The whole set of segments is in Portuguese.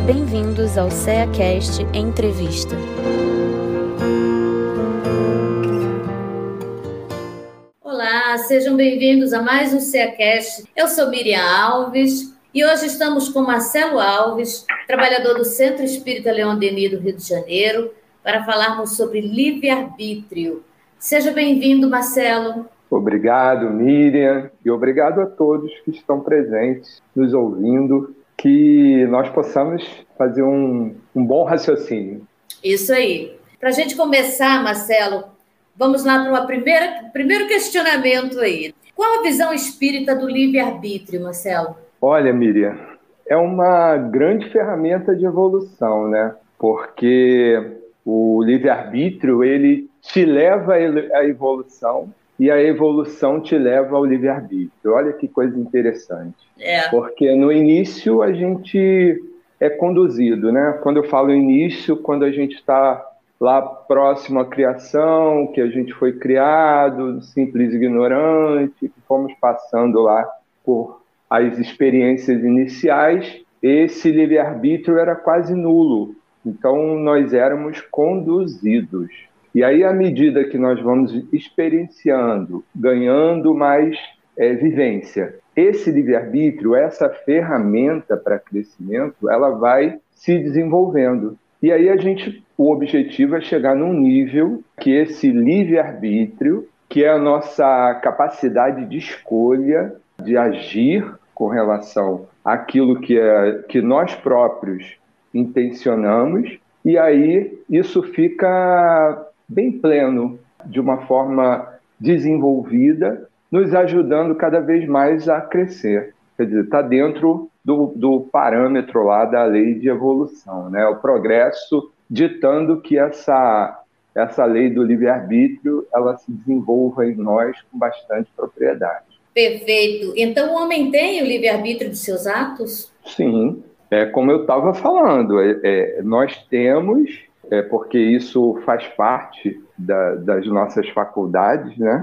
Bem-vindos ao CEACast Entrevista. Olá, sejam bem-vindos a mais um CEACast. Eu sou Miriam Alves e hoje estamos com Marcelo Alves, trabalhador do Centro Espírita Leon Denis do Rio de Janeiro, para falarmos sobre livre-arbítrio. Seja bem-vindo, Marcelo. Obrigado, Miriam, e obrigado a todos que estão presentes, nos ouvindo, que nós possamos fazer um bom raciocínio. Isso aí. Para a gente começar, Marcelo, vamos lá para o primeiro questionamento aí. Qual a visão espírita do livre-arbítrio, Marcelo? Olha, Miriam, é uma grande ferramenta de evolução, né? Porque o livre-arbítrio, ele te leva à evolução, e a evolução te leva ao livre-arbítrio. Olha que coisa interessante. Porque no início a gente é conduzido, né? Quando eu falo início, quando a gente está lá próximo à criação, que a gente foi criado, simples ignorante, que fomos passando lá por as experiências iniciais, esse livre-arbítrio era quase nulo. Então nós éramos conduzidos. E aí, à medida que nós vamos experienciando, ganhando mais vivência, esse livre-arbítrio, essa ferramenta para crescimento, ela vai se desenvolvendo. E aí o objetivo é chegar num nível que esse livre-arbítrio, que é a nossa capacidade de escolha, de agir com relação àquilo que nós próprios intencionamos, e aí isso fica bem pleno, de uma forma desenvolvida, nos ajudando cada vez mais a crescer. Quer dizer, está dentro do parâmetro lá da lei de evolução, né? O progresso ditando que essa lei do livre-arbítrio ela se desenvolva em nós com bastante propriedade. Perfeito. Então, o homem tem o livre-arbítrio de seus atos? Sim, como eu estava falando, nós temos... porque isso faz parte das nossas faculdades, né?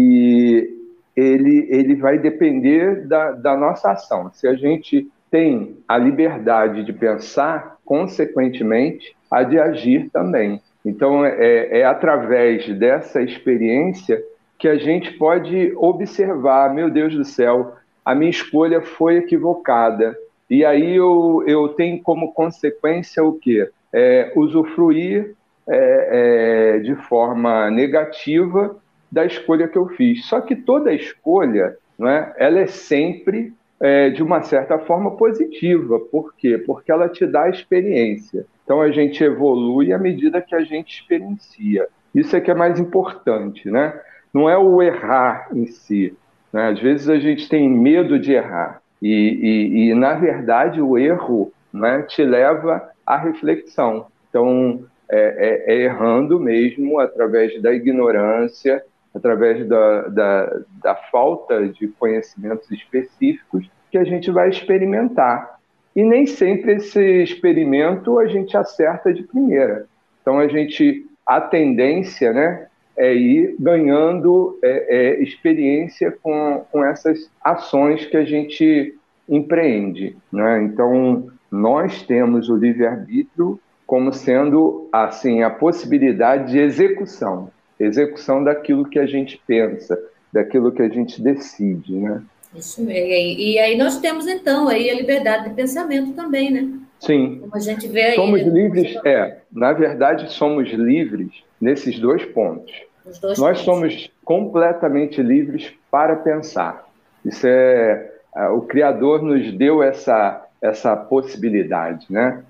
E ele vai depender da nossa ação. Se a gente tem a liberdade de pensar, consequentemente, a de agir também. Então, é através dessa experiência que a gente pode observar, meu Deus do céu, a minha escolha foi equivocada. E aí eu tenho como consequência o quê? Usufruir de forma negativa da escolha que eu fiz. Só que toda escolha, né, ela é sempre, de uma certa forma, positiva. Por quê? Porque ela te dá experiência. Então, a gente evolui à medida que a gente experiencia. Isso é que é mais importante, né? Não é o errar em si, né? Às vezes a gente tem medo de errar. E na verdade, o erro, né, te leva à reflexão. Então, errando mesmo, através da ignorância, através da falta de conhecimentos específicos, que a gente vai experimentar. E nem sempre esse experimento a gente acerta de primeira. Então, a tendência, né, é ir ganhando experiência com essas ações que a gente empreende, né? Então, nós temos o livre-arbítrio como sendo assim, a possibilidade de execução daquilo que a gente pensa, daquilo que a gente decide, né? Isso mesmo. E aí nós temos, então, aí a liberdade de pensamento também, né? Sim. Como a gente vê aí. Somos livres, na verdade, somos livres nesses dois pontos. Nós somos completamente livres para pensar. Isso o Criador nos deu essa possibilidade, né?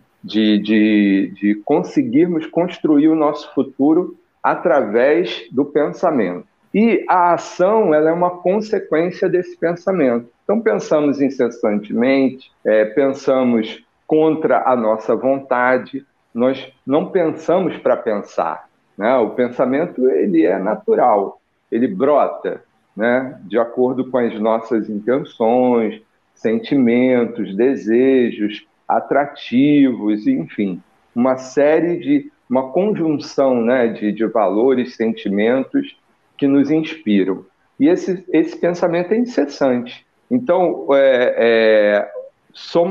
De conseguirmos construir o nosso futuro através do pensamento. E a ação ela é uma consequência desse pensamento. Então, pensamos incessantemente, pensamos contra a nossa vontade, nós não pensamos para pensar, né? O pensamento ele é natural, ele brota, né, de acordo com as nossas intenções, sentimentos, desejos, atrativos, enfim, uma conjunção, né, de valores, sentimentos que nos inspiram. E esse pensamento é incessante. Então, somos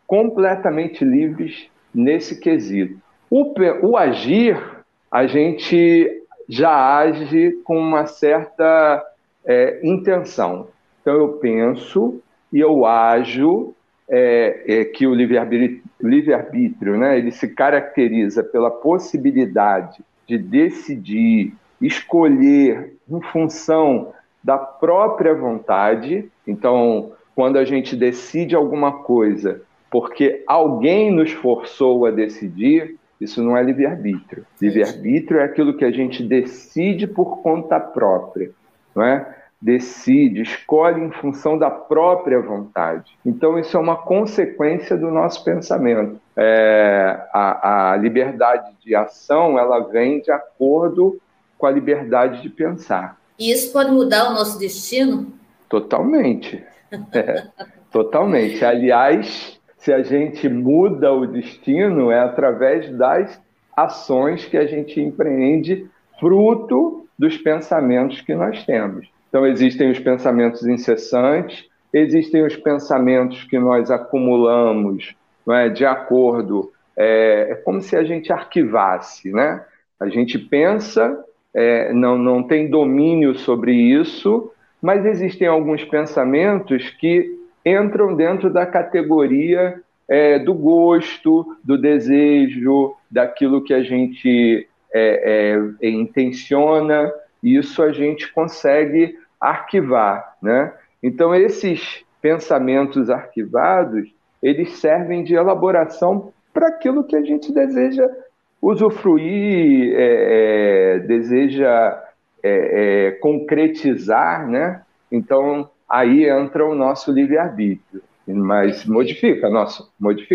completamente livres nesse quesito. O agir, a gente já age com uma certa intenção. Então, eu penso e eu ajo, que o livre-arbítrio, né, ele se caracteriza pela possibilidade de decidir, escolher em função da própria vontade. Então, quando a gente decide alguma coisa porque alguém nos forçou a decidir, isso não é livre-arbítrio. Livre-arbítrio é aquilo que a gente decide por conta própria, não é? Decide, escolhe em função da própria vontade. Então, isso é uma consequência do nosso pensamento. A liberdade de ação, ela vem de acordo com a liberdade de pensar. E isso pode mudar o nosso destino? Totalmente. Totalmente. Aliás, se a gente muda o destino, é através das ações que a gente empreende, fruto dos pensamentos que nós temos. Então, existem os pensamentos incessantes, existem os pensamentos que nós acumulamos, não é, de acordo... É como se a gente arquivasse, né? A gente pensa, não tem domínio sobre isso, mas existem alguns pensamentos que entram dentro da categoria do gosto, do desejo, daquilo que a gente intenciona, e isso a gente consegue arquivar, né? Então, esses pensamentos arquivados, eles servem de elaboração para aquilo que a gente deseja usufruir, deseja concretizar, né? Então, aí entra o nosso livre-arbítrio, mas modifica nosso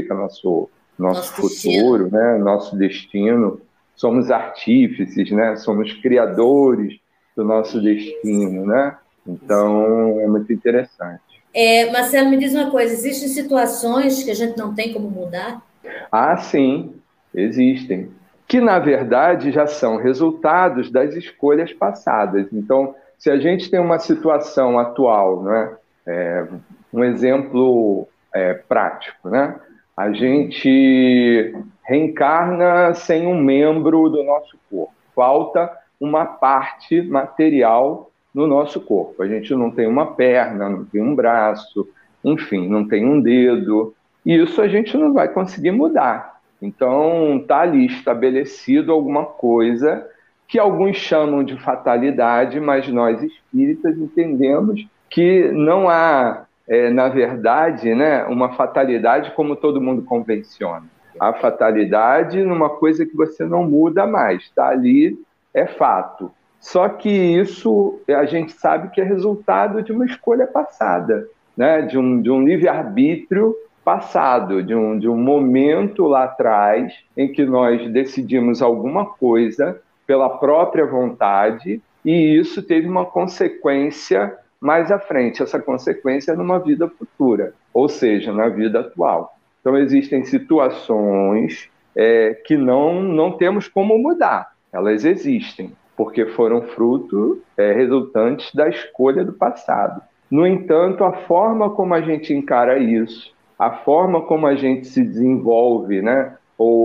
futuro, né? Nosso destino. Somos artífices, né? Somos criadores do nosso destino, né? Então, é muito interessante. Marcelo, me diz uma coisa, existem situações que a gente não tem como mudar? Ah, sim, existem. Que, na verdade, já são resultados das escolhas passadas. Então, se a gente tem uma situação atual, né? Um exemplo prático, né? A gente reencarna sem um membro do nosso corpo. Falta uma parte material no nosso corpo. A gente não tem uma perna, não tem um braço, enfim, não tem um dedo. E isso a gente não vai conseguir mudar. Então, está ali estabelecido alguma coisa que alguns chamam de fatalidade, mas nós espíritas entendemos que não há, na verdade, né, uma fatalidade como todo mundo convenciona. Há fatalidade numa coisa que você não muda mais, está ali, é fato. Só que isso a gente sabe que é resultado de uma escolha passada, né, de um livre-arbítrio passado, de um momento lá atrás em que nós decidimos alguma coisa pela própria vontade, e isso teve uma consequência mais à frente, essa consequência numa vida futura, ou seja, na vida atual. Então, existem situações que não temos como mudar, elas existem, porque foram fruto resultantes da escolha do passado. No entanto, a forma como a gente encara isso, a forma como a gente se desenvolve, né,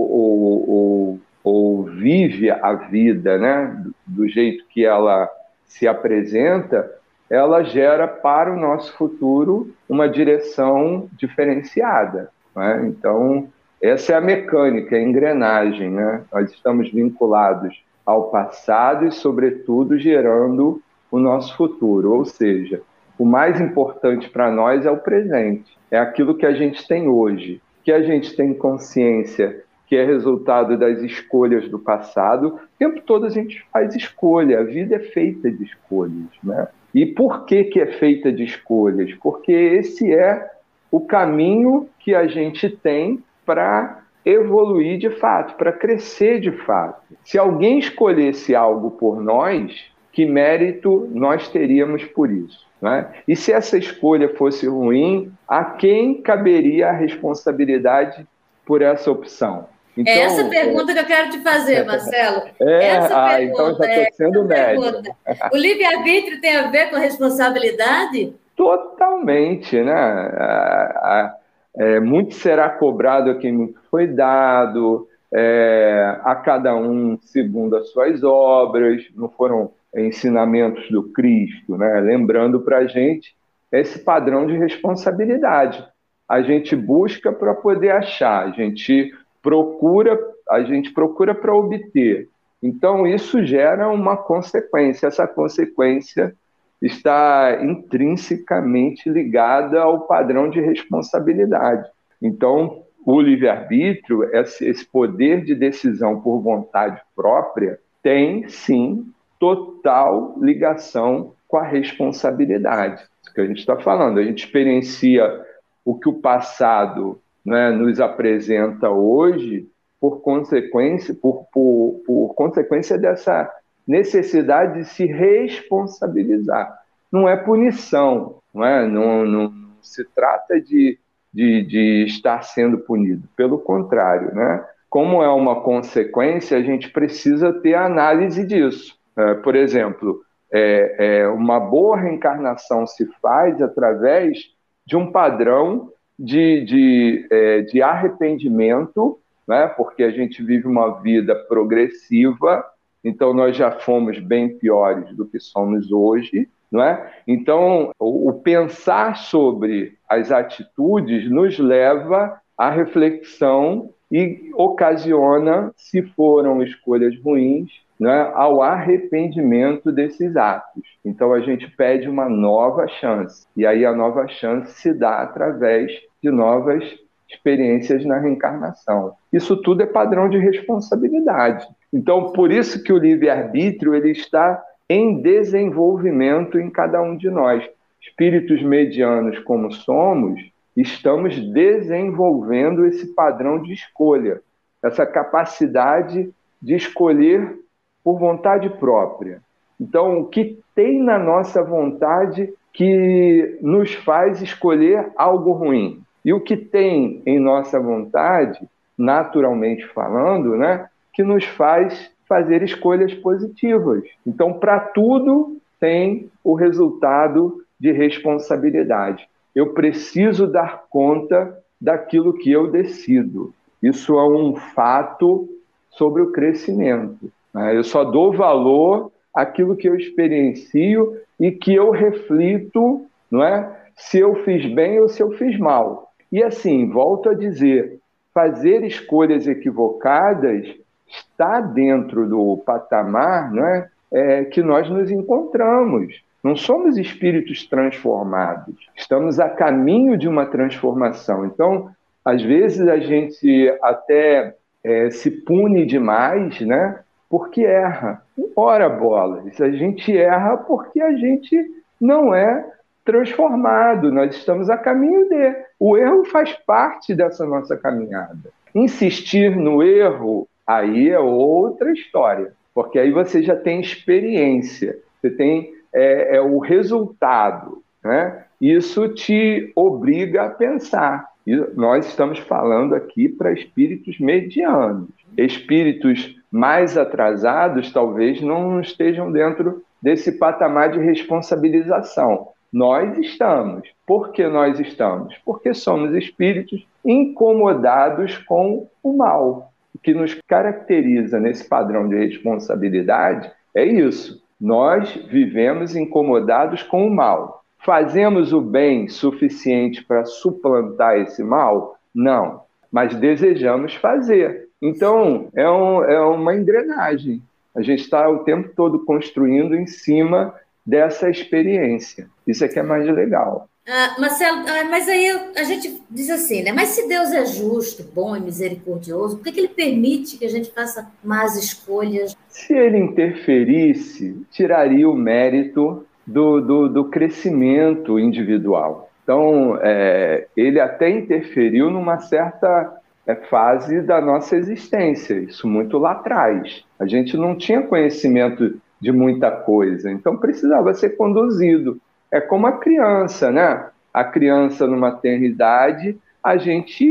ou vive a vida, né, do jeito que ela se apresenta, ela gera para o nosso futuro uma direção diferenciada, né? Então, essa é a mecânica, a engrenagem, né? Nós estamos vinculados ao passado e, sobretudo, gerando o nosso futuro. Ou seja, o mais importante para nós é o presente, é aquilo que a gente tem hoje, que a gente tem consciência que é resultado das escolhas do passado. O tempo todo a gente faz escolha, a vida é feita de escolhas, né? E por que é feita de escolhas? Porque esse é o caminho que a gente tem para evoluir de fato, para crescer de fato. Se alguém escolhesse algo por nós, que mérito nós teríamos por isso, né? E se essa escolha fosse ruim, a quem caberia a responsabilidade por essa opção? Então, essa pergunta que eu quero te fazer, Marcelo. Então já estou sendo médico. O livre-arbítrio tem a ver com responsabilidade? Totalmente, né? Muito será cobrado a quem muito foi dado, a cada um segundo as suas obras, não foram ensinamentos do Cristo, né? Lembrando para a gente esse padrão de responsabilidade. A gente busca para poder achar, a gente procura para obter. Então, isso gera uma consequência. Essa consequência está intrinsecamente ligada ao padrão de responsabilidade. Então, o livre-arbítrio, esse poder de decisão por vontade própria, tem, sim, total ligação com a responsabilidade. Isso que a gente está falando. A gente experiencia o que o passado, né, nos apresenta hoje por consequência dessa necessidade de se responsabilizar. Não é punição, não se trata de estar sendo punido. Pelo contrário, né? Como é uma consequência, a gente precisa ter análise disso. Por exemplo, uma boa reencarnação se faz através de um padrão de arrependimento, né? Porque a gente vive uma vida progressiva, então nós já fomos bem piores do que somos hoje, não é? Então, o pensar sobre as atitudes nos leva à reflexão e ocasiona, se foram escolhas ruins, né, ao arrependimento desses atos. Então, a gente pede uma nova chance. E aí a nova chance se dá através de novas experiências na reencarnação. Isso tudo é padrão de responsabilidade. Então, por isso que o livre-arbítrio ele está em desenvolvimento em cada um de nós. Espíritos medianos como somos, estamos desenvolvendo esse padrão de escolha, essa capacidade de escolher por vontade própria. Então, o que tem na nossa vontade que nos faz escolher algo ruim? E o que tem em nossa vontade, naturalmente falando, né, que nos faz fazer escolhas positivas. Então, para tudo tem o resultado de responsabilidade. Eu preciso dar conta daquilo que eu decido. Isso é um fato sobre o crescimento. Eu só dou valor àquilo que eu experiencio e que eu reflito, não é? Se eu fiz bem ou se eu fiz mal. E assim, volto a dizer, fazer escolhas equivocadas está dentro do patamar, não é? Que nós nos encontramos. Não somos espíritos transformados. Estamos a caminho de uma transformação. Então, às vezes a gente até se pune demais, né? Porque erra. Ora, bolas, a gente erra porque a gente não é transformado. Nós estamos a caminho de. O erro faz parte dessa nossa caminhada. Insistir no erro, aí é outra história, porque aí você já tem experiência, você tem o resultado, né? Isso te obriga a pensar. E nós estamos falando aqui para espíritos medianos. Espíritos mais atrasados talvez não estejam dentro desse patamar de responsabilização. Nós estamos. Por que nós estamos? Porque somos espíritos incomodados com o mal. O que nos caracteriza nesse padrão de responsabilidade é isso. Nós vivemos incomodados com o mal. Fazemos o bem suficiente para suplantar esse mal? Não, mas desejamos fazer. Então, é uma engrenagem. A gente está o tempo todo construindo em cima dessa experiência. Isso é que é mais legal. Marcelo, mas aí a gente diz assim, né? Mas se Deus é justo, bom e misericordioso, por que Ele permite que a gente faça más escolhas? Se Ele interferisse, tiraria o mérito do crescimento individual. Então, Ele até interferiu numa certa fase da nossa existência, isso muito lá atrás. A gente não tinha conhecimento de muita coisa, então precisava ser conduzido. É como a criança, né? A criança numa tenra idade, a gente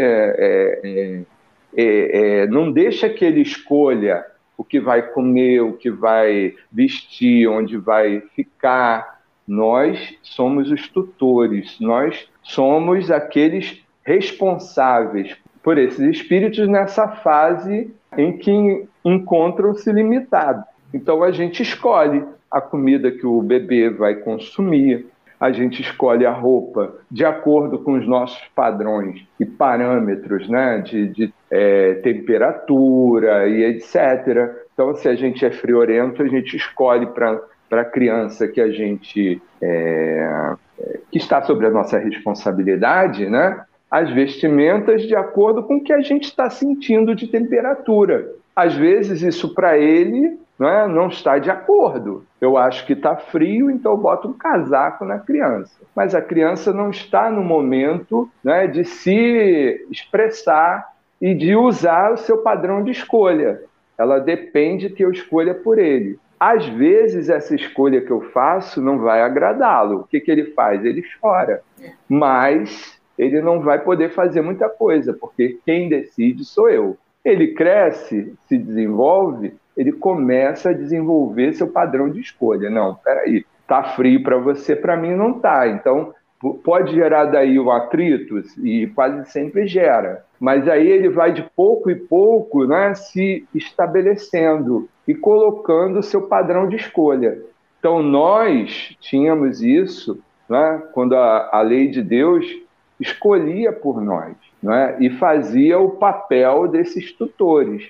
não deixa que ele escolha o que vai comer, o que vai vestir, onde vai ficar. Nós somos os tutores, nós somos aqueles responsáveis por esses espíritos nessa fase em que encontram-se limitados. Então a gente escolhe a comida que o bebê vai consumir, a gente escolhe a roupa de acordo com os nossos padrões e parâmetros, né, de temperatura e etc. Então, se a gente é friorento, a gente escolhe para a criança que a gente que está sob a nossa responsabilidade, né, as vestimentas de acordo com o que a gente está sentindo de temperatura. Às vezes, isso para ele não está de acordo. Eu acho que está frio, então eu boto um casaco na criança. Mas a criança não está no momento, né, de se expressar e de usar o seu padrão de escolha. Ela depende que eu escolha por ele. Às vezes, essa escolha que eu faço não vai agradá-lo. O que ele faz? Ele chora. Mas ele não vai poder fazer muita coisa, porque quem decide sou eu. Ele cresce, se desenvolve, ele começa a desenvolver seu padrão de escolha. Não, peraí, tá frio para você, para mim não tá. Então, pode gerar daí o atrito, e quase sempre gera. Mas aí ele vai de pouco em pouco, né, se estabelecendo e colocando o seu padrão de escolha. Então, nós tínhamos isso, né, quando a lei de Deus escolhia por nós, né, e fazia o papel desses tutores.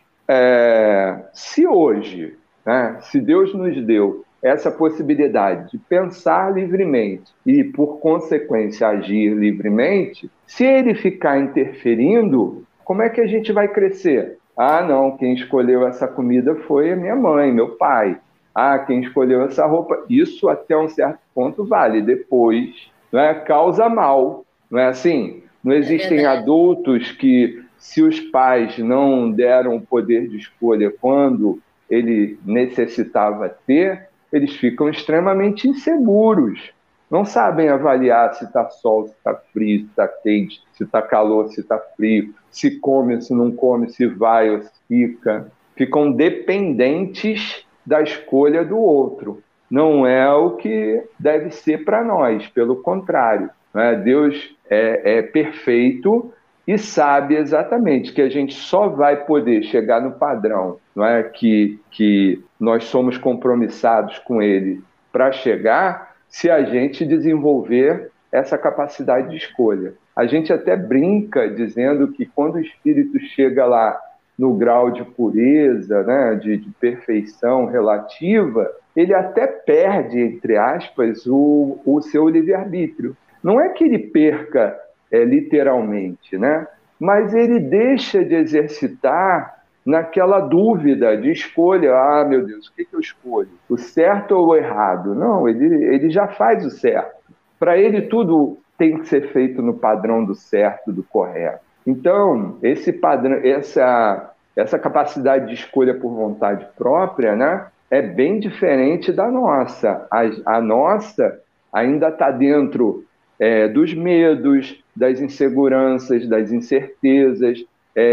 Se hoje, né, se Deus nos deu essa possibilidade de pensar livremente e, por consequência, agir livremente, se ele ficar interferindo, como é que a gente vai crescer? Ah, não, quem escolheu essa comida foi a minha mãe, meu pai. Ah, quem escolheu essa roupa, isso até um certo ponto vale. Depois, né, causa mal. Não é assim? Não existem adultos que, se os pais não deram o poder de escolha quando ele necessitava ter, eles ficam extremamente inseguros. Não sabem avaliar se está sol, se está frio, se está quente, se está calor, se está frio, se come, se não come, se vai ou se fica. Ficam dependentes da escolha do outro. Não é o que deve ser para nós, pelo contrário. Né? Deus é perfeito e sabe exatamente que a gente só vai poder chegar no padrão, não é, que nós somos compromissados com ele para chegar, se a gente desenvolver essa capacidade de escolha. A gente até brinca dizendo que quando o espírito chega lá no grau de pureza, né, de perfeição relativa, ele até perde, entre aspas, o seu livre-arbítrio. Não é que ele perca literalmente, né? Mas ele deixa de exercitar naquela dúvida de escolha. Ah, meu Deus, o que eu escolho? O certo ou o errado? Não, ele já faz o certo. Para ele, tudo tem que ser feito no padrão do certo, do correto. Então, esse padrão, essa capacidade de escolha por vontade própria, né, é bem diferente da nossa. A nossa ainda está dentro dos medos, das inseguranças, das incertezas,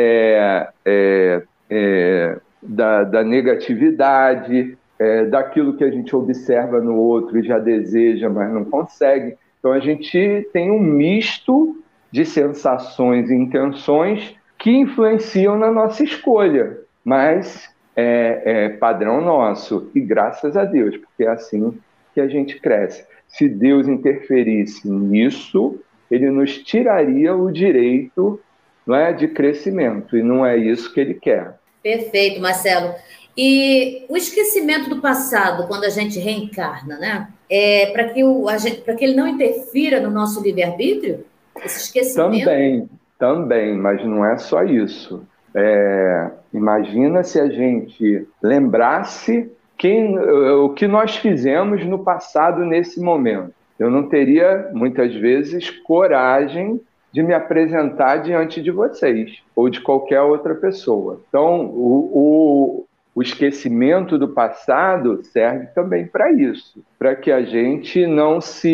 da negatividade, daquilo que a gente observa no outro e já deseja, mas não consegue. Então, a gente tem um misto de sensações e intenções que influenciam na nossa escolha, mas é padrão nosso, e graças a Deus, porque é assim que a gente cresce. Se Deus interferisse nisso, ele nos tiraria o direito, não é, de crescimento, e não é isso que ele quer. Perfeito, Marcelo. E o esquecimento do passado, quando a gente reencarna, né? Para que ele não interfira no nosso livre-arbítrio? Esse esquecimento? Também, mas não é só isso. Imagina se a gente lembrasse o que nós fizemos no passado nesse momento. Eu não teria, muitas vezes, coragem de me apresentar diante de vocês ou de qualquer outra pessoa. Então, o esquecimento do passado serve também para isso, para que a gente não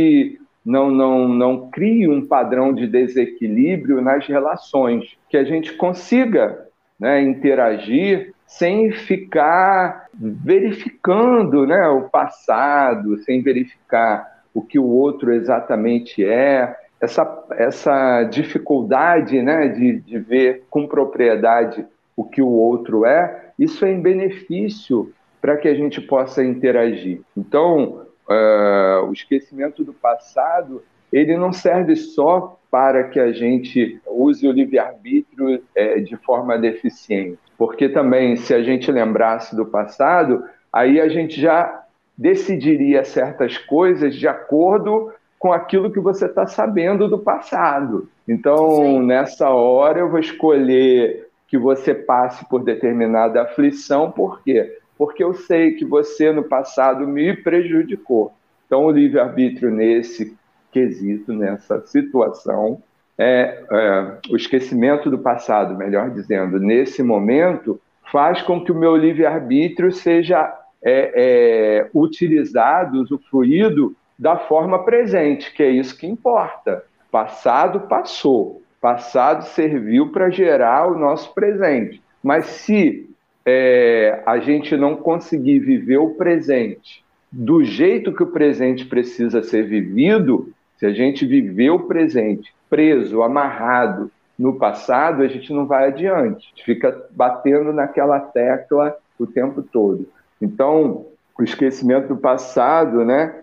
crie um padrão de desequilíbrio nas relações, que a gente consiga, né, interagir sem ficar verificando, né, o passado, sem verificar o que o outro exatamente é essa dificuldade, né, de ver com propriedade o que o outro é, isso é em benefício para que a gente possa interagir. Então, o esquecimento do passado, ele não serve só para que a gente use o livre-arbítrio de forma deficiente, porque também, se a gente lembrasse do passado, aí a gente já decidiria certas coisas de acordo com aquilo que você está sabendo do passado. Então, nessa hora, eu vou escolher que você passe por determinada aflição. Por quê? Porque eu sei que você, no passado, me prejudicou. Então, o livre-arbítrio nesse quesito, nessa situação, o esquecimento do passado, melhor dizendo, nesse momento, faz com que o meu livre-arbítrio seja utilizado, usufruído da forma presente, que é isso que importa. Passado passou, passado serviu para gerar o nosso presente. Mas se a gente não conseguir viver o presente do jeito que o presente precisa ser vivido, se a gente viver o presente preso, amarrado no passado, a gente não vai adiante. A gente fica batendo naquela tecla o tempo todo. Então, o esquecimento do passado, né,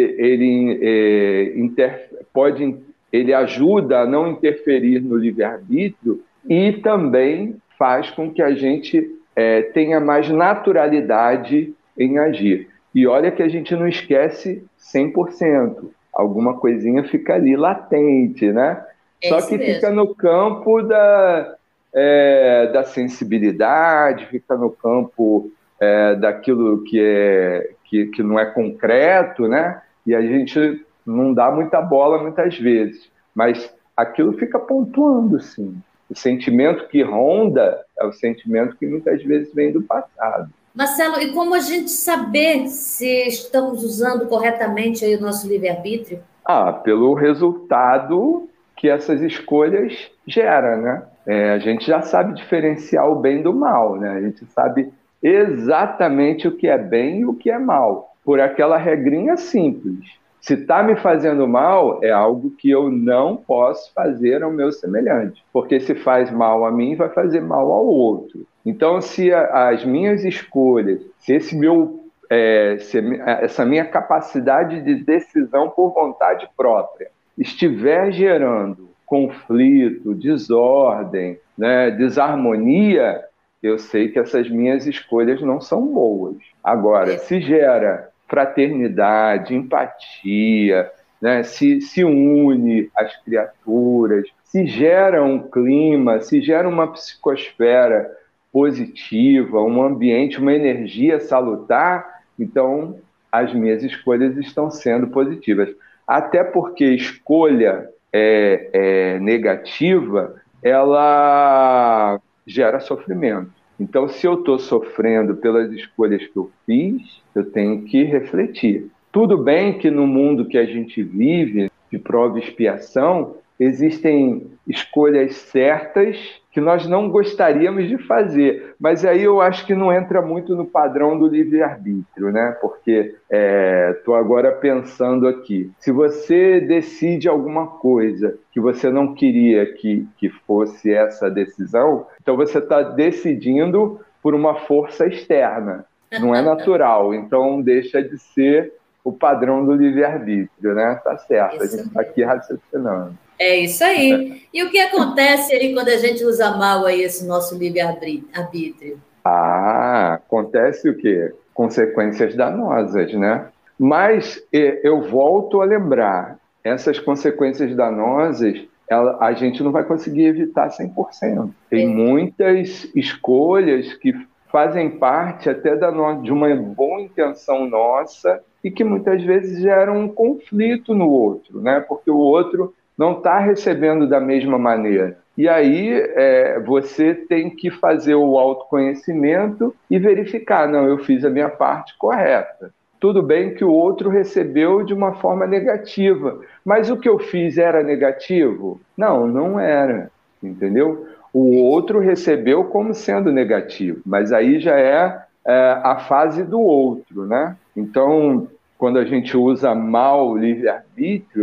ele ajuda a não interferir no livre-arbítrio e também faz com que a gente tenha mais naturalidade em agir. E olha que a gente não esquece 100%. Alguma coisinha fica ali latente, né? Só que mesmo. Fica no campo da sensibilidade, fica no campo daquilo que não é concreto, né? E a gente não dá muita bola muitas vezes. Mas aquilo fica pontuando, sim. O sentimento que ronda é o sentimento que muitas vezes vem do passado. Marcelo, e como a gente saber se estamos usando corretamente aí o nosso livre-arbítrio? Pelo resultado que essas escolhas geram, né? A gente já sabe diferenciar o bem do mal, né? A gente sabe exatamente o que é bem e o que é mal, por aquela regrinha simples. Se está me fazendo mal, é algo que eu não posso fazer ao meu semelhante, porque se faz mal a mim, vai fazer mal ao outro. Então, se as minhas escolhas, se essa minha capacidade de decisão por vontade própria estiver gerando conflito, desordem, né, desarmonia, eu sei que essas minhas escolhas não são boas. Agora, se gera fraternidade, empatia, né, se une as criaturas, se gera um clima, se gera uma psicosfera positiva, um ambiente, uma energia salutar, então as minhas escolhas estão sendo positivas. Até porque escolha negativa, ela gera sofrimento. Então, se eu estou sofrendo pelas escolhas que eu fiz, eu tenho que refletir. Tudo bem que no mundo que a gente vive, de prova e expiação, existem escolhas certas que nós não gostaríamos de fazer. Mas aí eu acho que não entra muito no padrão do livre-arbítrio, né? Porque estou agora pensando aqui. Se você decide alguma coisa que você não queria que fosse essa decisão, então você está decidindo por uma força externa. Não é natural. Então deixa de ser o padrão do livre-arbítrio, né? Tá certo, a gente está aqui raciocinando. É isso aí. E o que acontece aí quando a gente usa mal aí esse nosso livre-arbítrio? Acontece o quê? Consequências danosas, né? Mas eu volto a lembrar, essas consequências danosas, a gente não vai conseguir evitar 100%. Tem muitas escolhas que fazem parte até de uma boa intenção nossa e que muitas vezes geram um conflito no outro, né? Porque o outro não está recebendo da mesma maneira. E aí você tem que fazer o autoconhecimento e verificar, não, eu fiz a minha parte correta. Tudo bem que o outro recebeu de uma forma negativa, mas o que eu fiz era negativo? Não, não era, entendeu? O outro recebeu como sendo negativo, mas aí já é a fase do outro, né? Então, quando a gente usa mal o livre-arbítrio, né?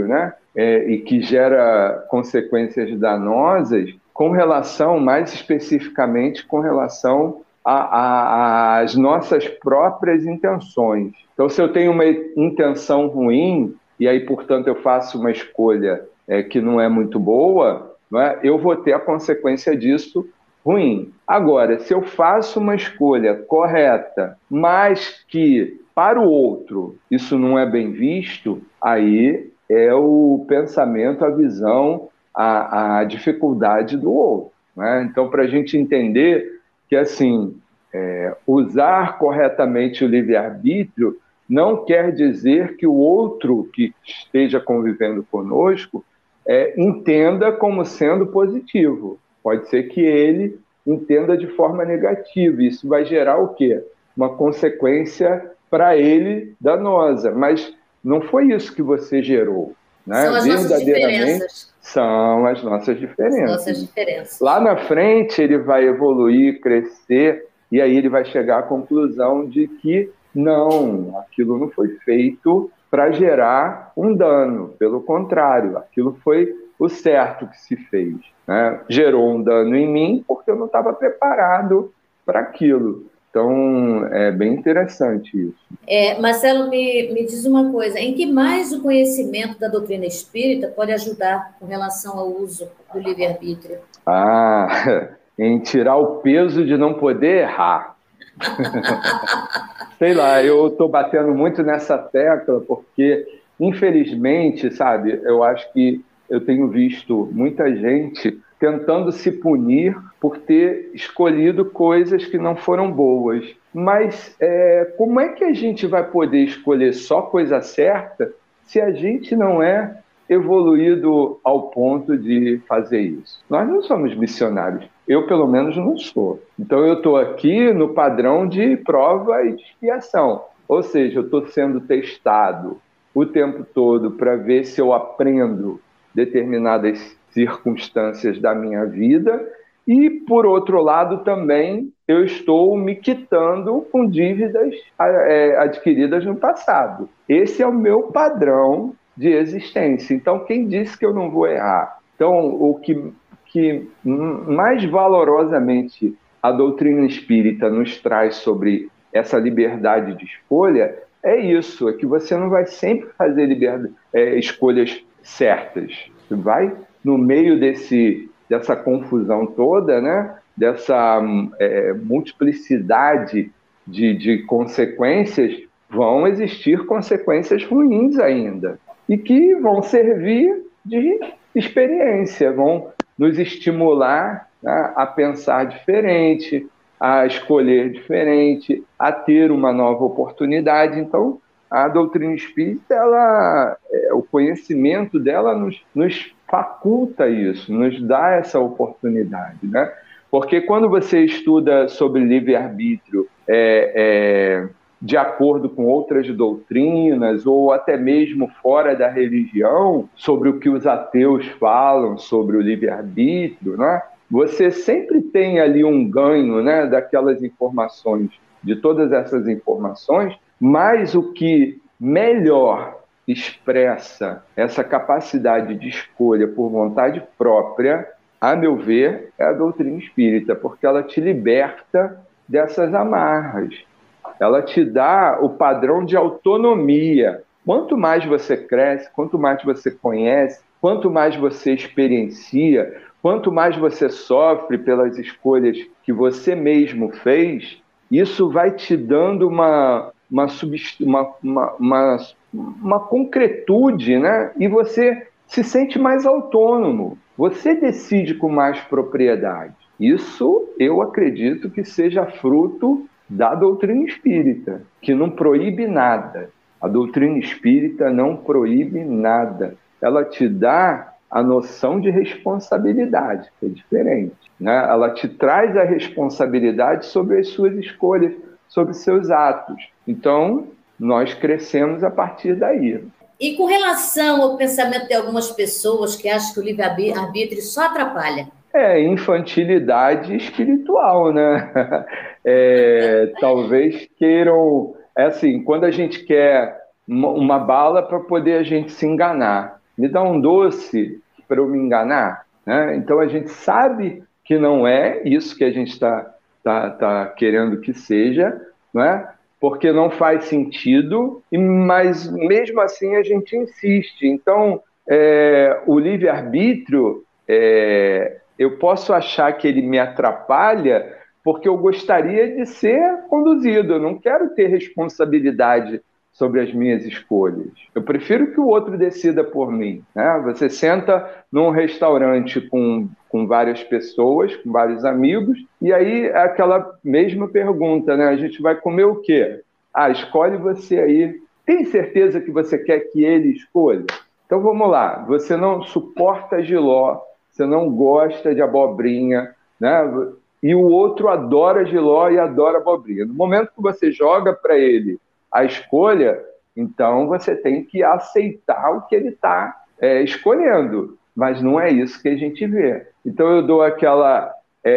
e que gera consequências danosas com relação, mais especificamente, com relação às nossas próprias intenções. Então, se eu tenho uma intenção ruim, e aí, portanto, eu faço uma escolha que não é muito boa, não é? Eu vou ter a consequência disso ruim. Agora, se eu faço uma escolha correta, mas que para o outro isso não é bem visto, aí é o pensamento, a visão, a dificuldade do outro, né? Então, para a gente entender que, assim, usar corretamente o livre-arbítrio não quer dizer que o outro que esteja convivendo conosco entenda como sendo positivo. Pode ser que ele entenda de forma negativa. Isso vai gerar o quê? Uma consequência para ele danosa. Mas não foi isso que você gerou, né? São as nossas diferenças. São as nossas diferenças. As nossas diferenças. Lá na frente ele vai evoluir, crescer, e aí ele vai chegar à conclusão de que não, aquilo não foi feito para gerar um dano. Pelo contrário, aquilo foi o certo que se fez, né? Gerou um dano em mim porque eu não estava preparado para aquilo. Então, é bem interessante isso. Marcelo, me diz uma coisa, em que mais o conhecimento da doutrina espírita pode ajudar com relação ao uso do livre-arbítrio? Em tirar o peso de não poder errar. Sei lá, eu estou batendo muito nessa tecla porque, infelizmente, sabe, eu acho que eu tenho visto muita gente tentando se punir por ter escolhido coisas que não foram boas. Mas como é que a gente vai poder escolher só coisa certa se a gente não é evoluído ao ponto de fazer isso? Nós não somos missionários. Eu, pelo menos, não sou. Então, eu estou aqui no padrão de prova e de expiação. Ou seja, eu estou sendo testado o tempo todo para ver se eu aprendo determinadas circunstâncias da minha vida e, por outro lado, também eu estou me quitando com dívidas adquiridas no passado. Esse é o meu padrão de existência. Então, quem disse que eu não vou errar? Então, o que mais valorosamente a doutrina espírita nos traz sobre essa liberdade de escolha é isso, é que você não vai sempre fazer escolhas certas. Você vai, no meio dessa confusão toda, né? Dessa multiplicidade de consequências, vão existir consequências ruins ainda, e que vão servir de experiência, vão nos estimular, né, a pensar diferente, a escolher diferente, a ter uma nova oportunidade. Então, a doutrina espírita, o conhecimento dela nos faculta isso, nos dá essa oportunidade, né? Porque quando você estuda sobre livre-arbítrio de acordo com outras doutrinas, ou até mesmo fora da religião, sobre o que os ateus falam sobre o livre-arbítrio, né? Você sempre tem ali um ganho, né, daquelas informações, de todas essas informações, mas o que melhor expressa essa capacidade de escolha por vontade própria, a meu ver, é a doutrina espírita, porque ela te liberta dessas amarras. Ela te dá o padrão de autonomia. Quanto mais você cresce, quanto mais você conhece, quanto mais você experiencia, quanto mais você sofre pelas escolhas que você mesmo fez, isso vai te dando uma concretude, né? E você se sente mais autônomo. Você decide com mais propriedade. Isso eu acredito que seja fruto da doutrina espírita, que não proíbe nada. A doutrina espírita não proíbe nada. Ela te dá a noção de responsabilidade, que é diferente, né? Ela te traz a responsabilidade sobre as suas escolhas, sobre seus atos. Então, nós crescemos a partir daí. E com relação ao pensamento de algumas pessoas que acham que o livre-arbítrio só atrapalha? Infantilidade espiritual, né? Talvez queiram... assim, quando a gente quer uma bala para poder a gente se enganar. Me dá um doce para eu me enganar, né? Então a gente sabe que não é isso que a gente tá querendo que seja, né? Porque não faz sentido, mas mesmo assim a gente insiste. Então, o livre-arbítrio, eu posso achar que ele me atrapalha porque eu gostaria de ser conduzido, eu não quero ter responsabilidade sobre as minhas escolhas. Eu prefiro que o outro decida por mim, né? Você senta num restaurante com várias pessoas, com vários amigos, e aí é aquela mesma pergunta, né? A gente vai comer o quê? Escolhe você aí. Tem certeza que você quer que ele escolha? Então vamos lá, você não suporta jiló, você não gosta de abobrinha, né? E o outro adora jiló e adora abobrinha. No momento que você joga para ele a escolha, então você tem que aceitar o que ele está escolhendo, mas não é isso que a gente vê. Então eu dou aquela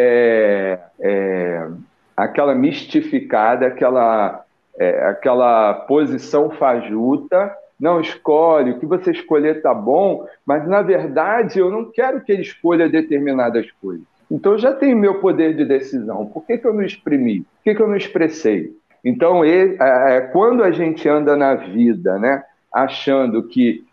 mistificada, aquela posição fajuta. Não, escolhe, o que você escolher tá bom, mas na verdade eu não quero que ele escolha determinadas coisas. Então eu já tenho meu poder de decisão, por que eu não exprimi? Por que eu não expressei? Então, quando a gente anda na vida, né, achando que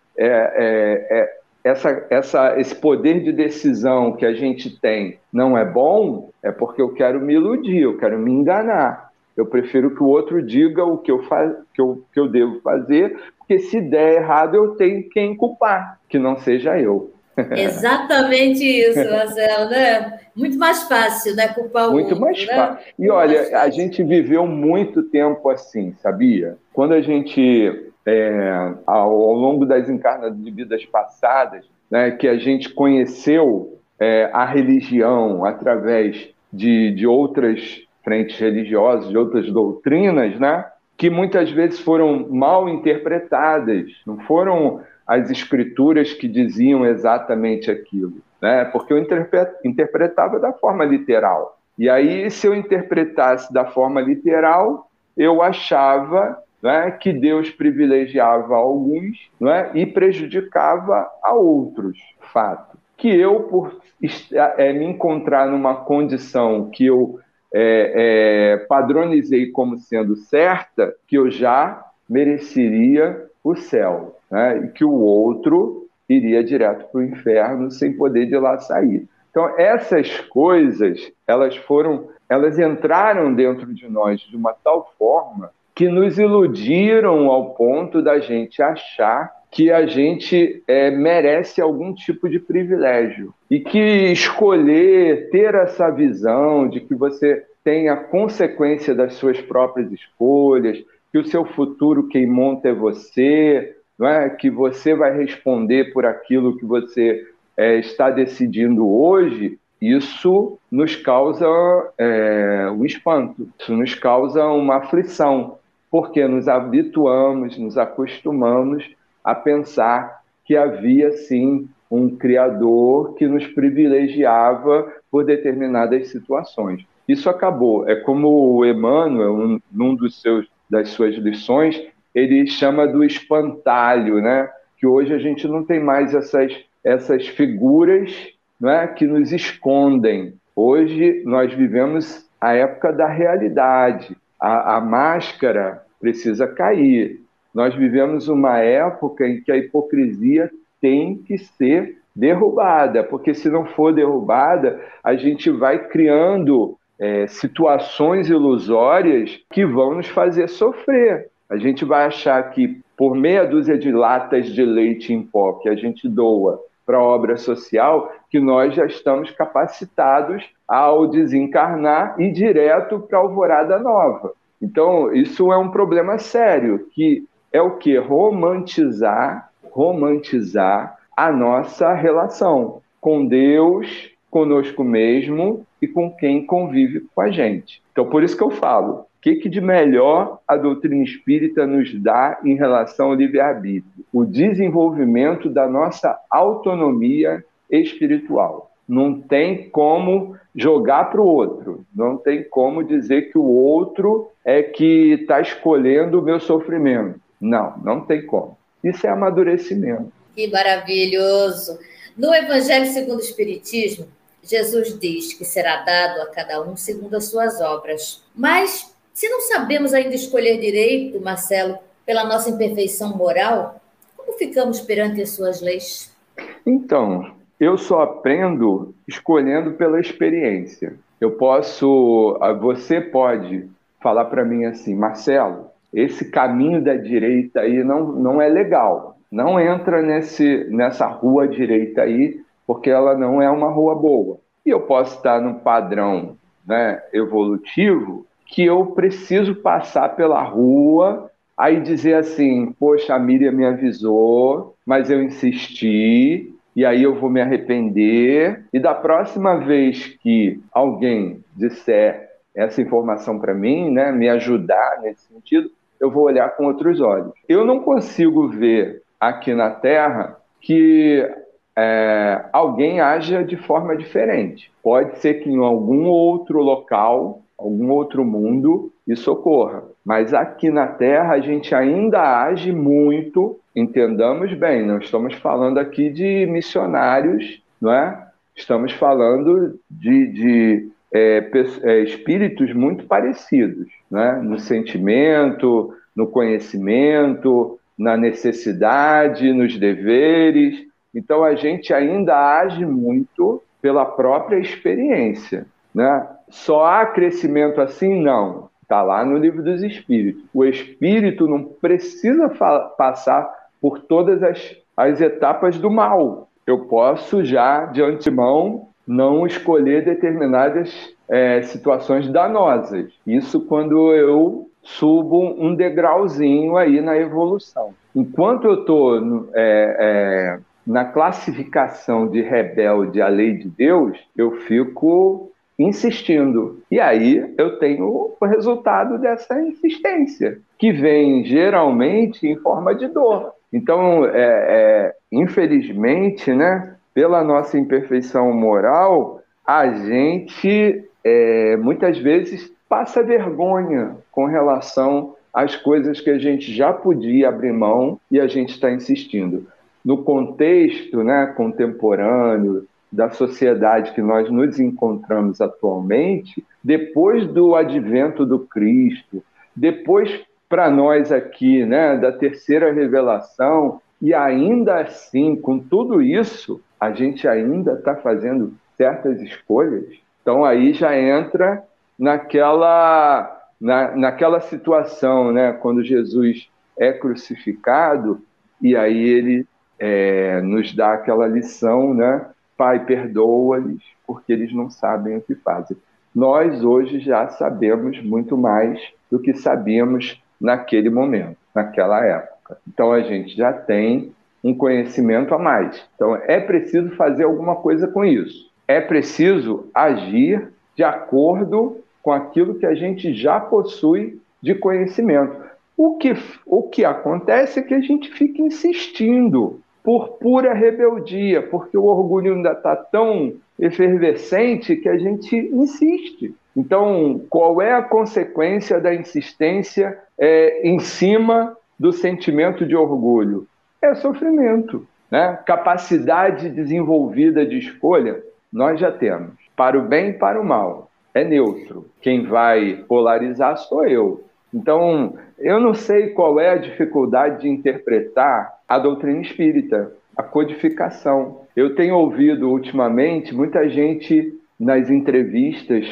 esse poder de decisão que a gente tem não é bom, é porque eu quero me iludir, eu quero me enganar. Eu prefiro que o outro diga o que eu devo fazer, porque se der errado eu tenho quem culpar, que não seja eu. Exatamente isso, Marcelo, né? Muito mais fácil, né? Culpar o Muito outro, mais né? fácil. E olha, a gente viveu muito tempo assim, sabia? Quando a gente, ao longo das encarnadas de vidas passadas, né, que a gente conheceu a religião através de outras frentes religiosas, de outras doutrinas, né, que muitas vezes foram mal interpretadas, não foram as escrituras que diziam exatamente aquilo, né? Porque eu interpretava da forma literal. E aí, se eu interpretasse da forma literal, eu achava, né, que Deus privilegiava alguns, né, e prejudicava a outros. Fato. Que eu, por me encontrar numa condição que eu padronizei como sendo certa, que eu já mereceria o céu, né? E que o outro iria direto para o inferno sem poder de lá sair. Então, essas coisas, elas entraram dentro de nós de uma tal forma que nos iludiram ao ponto da gente achar que a gente merece algum tipo de privilégio. E que escolher, ter essa visão de que você tem a consequência das suas próprias escolhas, que o seu futuro quem monta é você, não é? Que você vai responder por aquilo que você está decidindo hoje, isso nos causa um espanto, isso nos causa uma aflição, porque nos habituamos, nos acostumamos a pensar que havia, sim, um Criador que nos privilegiava por determinadas situações. Isso acabou. É como o Emmanuel, num das suas lições, ele chama do espantalho, né? Que hoje a gente não tem mais essas figuras, né, que nos escondem. Hoje nós vivemos a época da realidade. A máscara precisa cair. Nós vivemos uma época em que a hipocrisia tem que ser derrubada, porque se não for derrubada, a gente vai criando situações ilusórias que vão nos fazer sofrer. A gente vai achar que por meia dúzia de latas de leite em pó que a gente doa para a obra social, que nós já estamos capacitados ao desencarnar e ir direto para a alvorada nova. Então, isso é um problema sério, que é o quê? Romantizar a nossa relação com Deus, conosco mesmo e com quem convive com a gente. Então, por isso que eu falo, o que de melhor a doutrina espírita nos dá em relação ao livre-arbítrio? O desenvolvimento da nossa autonomia espiritual. Não tem como jogar para o outro, não tem como dizer que o outro é que está escolhendo o meu sofrimento. Não tem como. Isso é amadurecimento. Que maravilhoso! No Evangelho segundo o Espiritismo, Jesus diz que será dado a cada um segundo as suas obras. Mas, se não sabemos ainda escolher direito, Marcelo, pela nossa imperfeição moral, como ficamos perante as suas leis? Então, eu só aprendo escolhendo pela experiência. Você pode falar para mim assim, Marcelo, esse caminho da direita aí não é legal. Não entra nessa rua direita aí, porque ela não é uma rua boa. E eu posso estar no padrão, né, evolutivo, que eu preciso passar pela rua, aí dizer assim, poxa, a Miriam me avisou, mas eu insisti, e aí eu vou me arrepender, e da próxima vez que alguém disser essa informação para mim, né, me ajudar nesse sentido, eu vou olhar com outros olhos. Eu não consigo ver aqui na Terra que alguém haja de forma diferente. Pode ser que em algum outro local, algum outro mundo, isso ocorra. Mas aqui na Terra a gente ainda age muito, entendamos bem, não estamos falando aqui de missionários, não é? Estamos falando de espíritos muito parecidos, né? No sentimento, no conhecimento, na necessidade, nos deveres. Então, a gente ainda age muito pela própria experiência, né? Só há crescimento assim? Não. Está lá no Livro dos Espíritos. O espírito não precisa passar por todas as etapas do mal. Eu posso já, de antemão, não escolher determinadas situações danosas. Isso quando eu subo um degrauzinho aí na evolução. Enquanto eu estou na classificação de rebelde à lei de Deus, eu fico insistindo. E aí eu tenho o resultado dessa insistência, que vem geralmente em forma de dor. Então, infelizmente, né, pela nossa imperfeição moral, a gente muitas vezes passa vergonha com relação às coisas que a gente já podia abrir mão e a gente está insistindo. No contexto, né, contemporâneo da sociedade que nós nos encontramos atualmente, depois do advento do Cristo, depois para nós aqui, né, da terceira revelação, e ainda assim, com tudo isso, a gente ainda está fazendo certas escolhas. Então aí já entra naquela situação, né, quando Jesus é crucificado, e aí ele nos dá aquela lição, né? Pai, perdoa-lhes, porque eles não sabem o que fazem. Nós hoje já sabemos muito mais do que sabíamos naquele momento, naquela época. Então a gente já tem um conhecimento a mais. Então é preciso fazer alguma coisa com isso. É preciso agir de acordo com aquilo que a gente já possui de conhecimento. O que acontece é que a gente fica insistindo por pura rebeldia, porque o orgulho ainda está tão efervescente que a gente insiste. Então, qual é a consequência da insistência em cima do sentimento de orgulho? É sofrimento, né? Capacidade desenvolvida de escolha, nós já temos. Para o bem e para o mal. É neutro. Quem vai polarizar sou eu. Então, eu não sei qual é a dificuldade de interpretar a doutrina espírita, a codificação. Eu tenho ouvido ultimamente muita gente nas entrevistas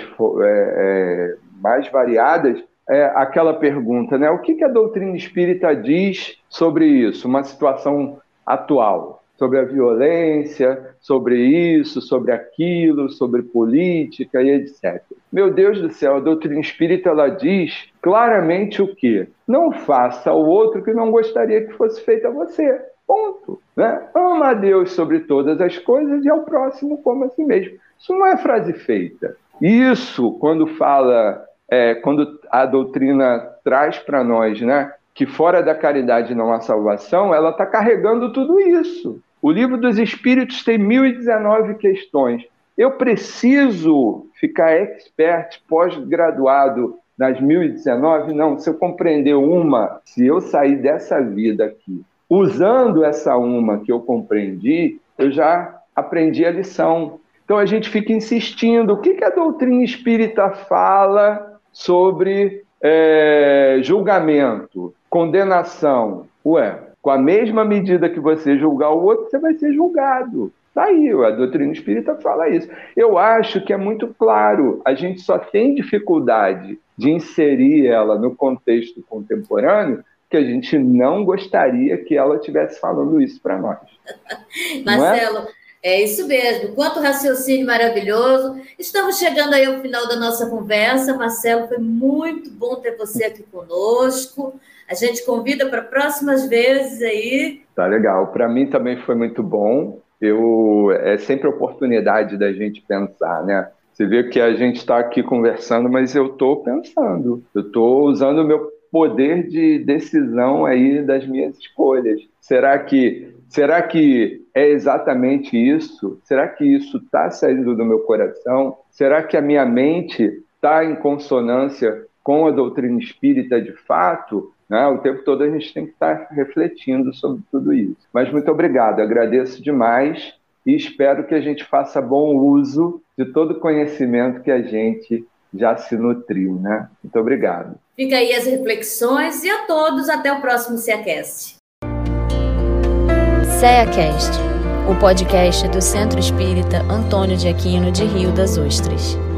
mais variadas, aquela pergunta, né? O que a doutrina espírita diz sobre isso, uma situação atual? Sobre a violência, sobre isso, sobre aquilo, sobre política e etc. Meu Deus do céu, a doutrina espírita ela diz claramente o quê? Não faça ao outro que não gostaria que fosse feito a você. Ponto. Né? Ama a Deus sobre todas as coisas e ao próximo como a si mesmo. Isso não é frase feita. Isso, quando quando a doutrina traz para nós, né, que fora da caridade não há salvação, ela está carregando tudo isso. O Livro dos Espíritos tem 1019 questões. Eu preciso ficar expert, pós-graduado nas 1019? Não, se eu compreender uma, se eu sair dessa vida aqui usando essa uma que eu compreendi, eu já aprendi a lição. Então a gente fica insistindo. O que a doutrina espírita fala sobre julgamento, condenação? Ué, com a mesma medida que você julgar o outro, você vai ser julgado. Está aí, a doutrina espírita fala isso. Eu acho que é muito claro. A gente só tem dificuldade de inserir ela no contexto contemporâneo que a gente não gostaria que ela estivesse falando isso para nós. Marcelo, é isso mesmo. Quanto raciocínio maravilhoso. Estamos chegando aí ao final da nossa conversa. Marcelo, foi muito bom ter você aqui conosco. A gente convida para próximas vezes aí. Tá legal. Para mim também foi muito bom. É sempre a oportunidade da gente pensar, né? Você vê que a gente está aqui conversando, mas eu estou pensando. Eu estou usando o meu poder de decisão aí das minhas escolhas. Será que é exatamente isso? Será que isso está saindo do meu coração? Será que a minha mente está em consonância com a doutrina espírita de fato? Né? O tempo todo a gente tem que estar refletindo sobre tudo isso. Mas muito obrigado, agradeço demais e espero que a gente faça bom uso de todo o conhecimento que a gente já se nutriu, né? Muito obrigado. Fica aí as reflexões e a todos até o próximo CEACast. CEACast, o podcast do Centro Espírita Antônio de Aquino de Rio das Ostras.